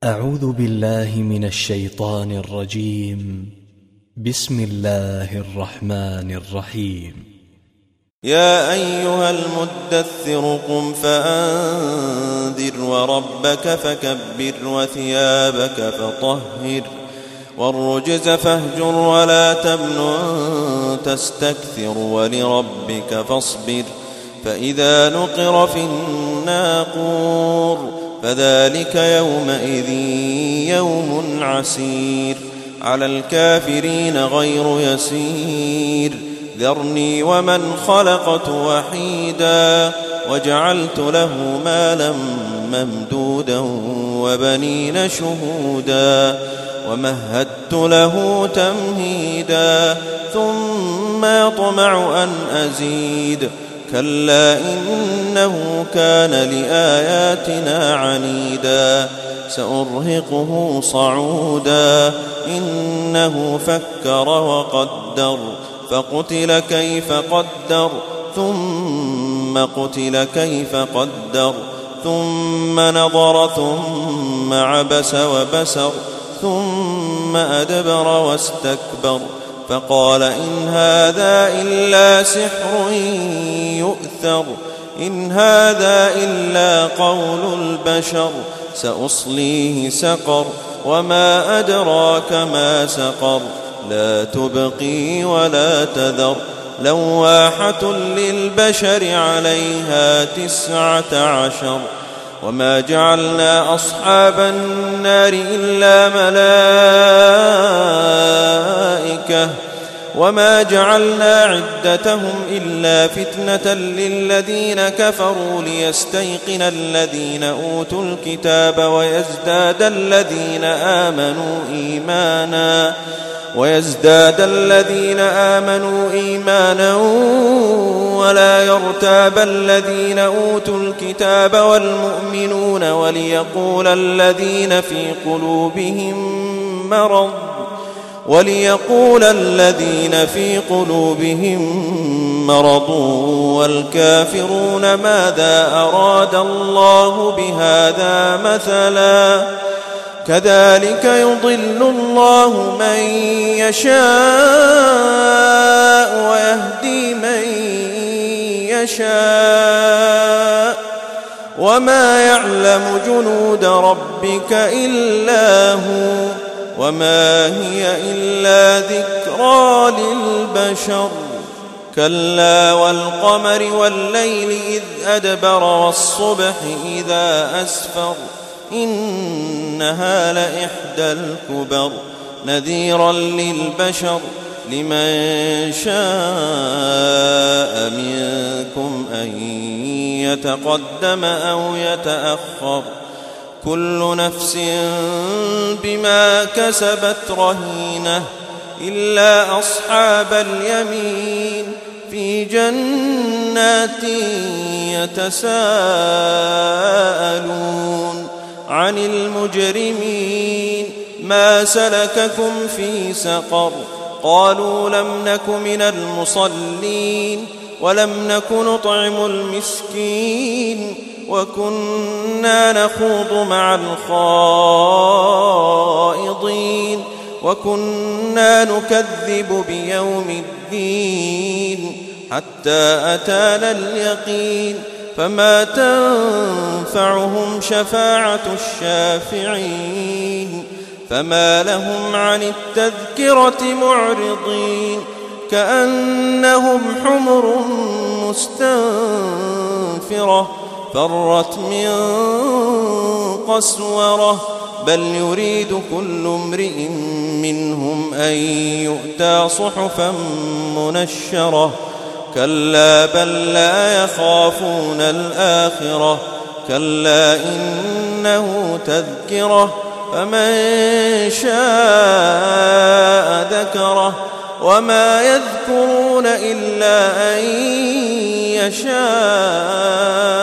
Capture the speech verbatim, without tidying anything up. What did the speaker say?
أعوذ بالله من الشيطان الرجيم. بسم الله الرحمن الرحيم. يا أيها المدثر قم فأنذر وربك فكبر وثيابك فطهر والرجز فاهجر ولا تمنن تستكثر ولربك فاصبر فإذا نقر في الناقور فذلك يومئذ يوم عسير على الكافرين غير يسير ذرني ومن خلقت وحيدا وجعلت له مالا ممدودا وبنين شهودا ومهدت له تمهيدا ثم يطمع أن أزيد كلا إنه كان لآياتنا عنيدا سأرهقه صعودا إنه فكر وقدر فقتل كيف قدر ثم قتل كيف قدر ثم نظر ثم عبس وبسر ثم أدبر واستكبر فقال إن هذا إلا سحر يؤثر إن هذا إلا قول البشر سأصليه سقر وما أدراك ما سقر لا تبقي ولا تذر لواحة للبشر عليها تسعة عشر وما جعلنا أصحاب النار إلا ملائكة وما جعلنا عدتهم إلا فتنة للذين كفروا ليستيقن الذين أوتوا الكتاب ويزداد الذين آمنوا إيمانا ويزداد الذين آمنوا إيمانا ولا يرتاب الذين أوتوا الكتاب والمؤمنون وليقول الذين في قلوبهم مرض وليقول الذين في قلوبهم مرض والكافرون ماذا أراد الله بهذا مثلا كذلك يضل الله من يشاء ويهدي من يشاء وما يعلم جنود ربك إلا هو وما هي إلا ذكرى للبشر كلا والقمر والليل إذ أدبر والصبح إذا أسفر إنها لإحدى الكبر نذيرا للبشر لمن شاء منكم أن يتقدم أو يتأخر كل نفس بما كسبت رهينة إلا أصحاب اليمين في جنات يتساءلون عن المجرمين ما سلككم في سقر قالوا لم نك من المصلين ولم نك نطعم المسكين وكنا نخوض مع الخائضين وكنا نكذب بيوم الدين حتى أتانا اليقين فما تنفعهم شفاعة الشافعين فما لهم عن التذكرة معرضين كأنهم حمر مستنفرة فرت من قسورة بل يريد كل امرئ منهم أن يؤتى صحفا منشرة كلا بل لا يخافون الآخرة كلا إنه تذكرة فمن شاء ذكره وما يذكرون إلا أن يشاء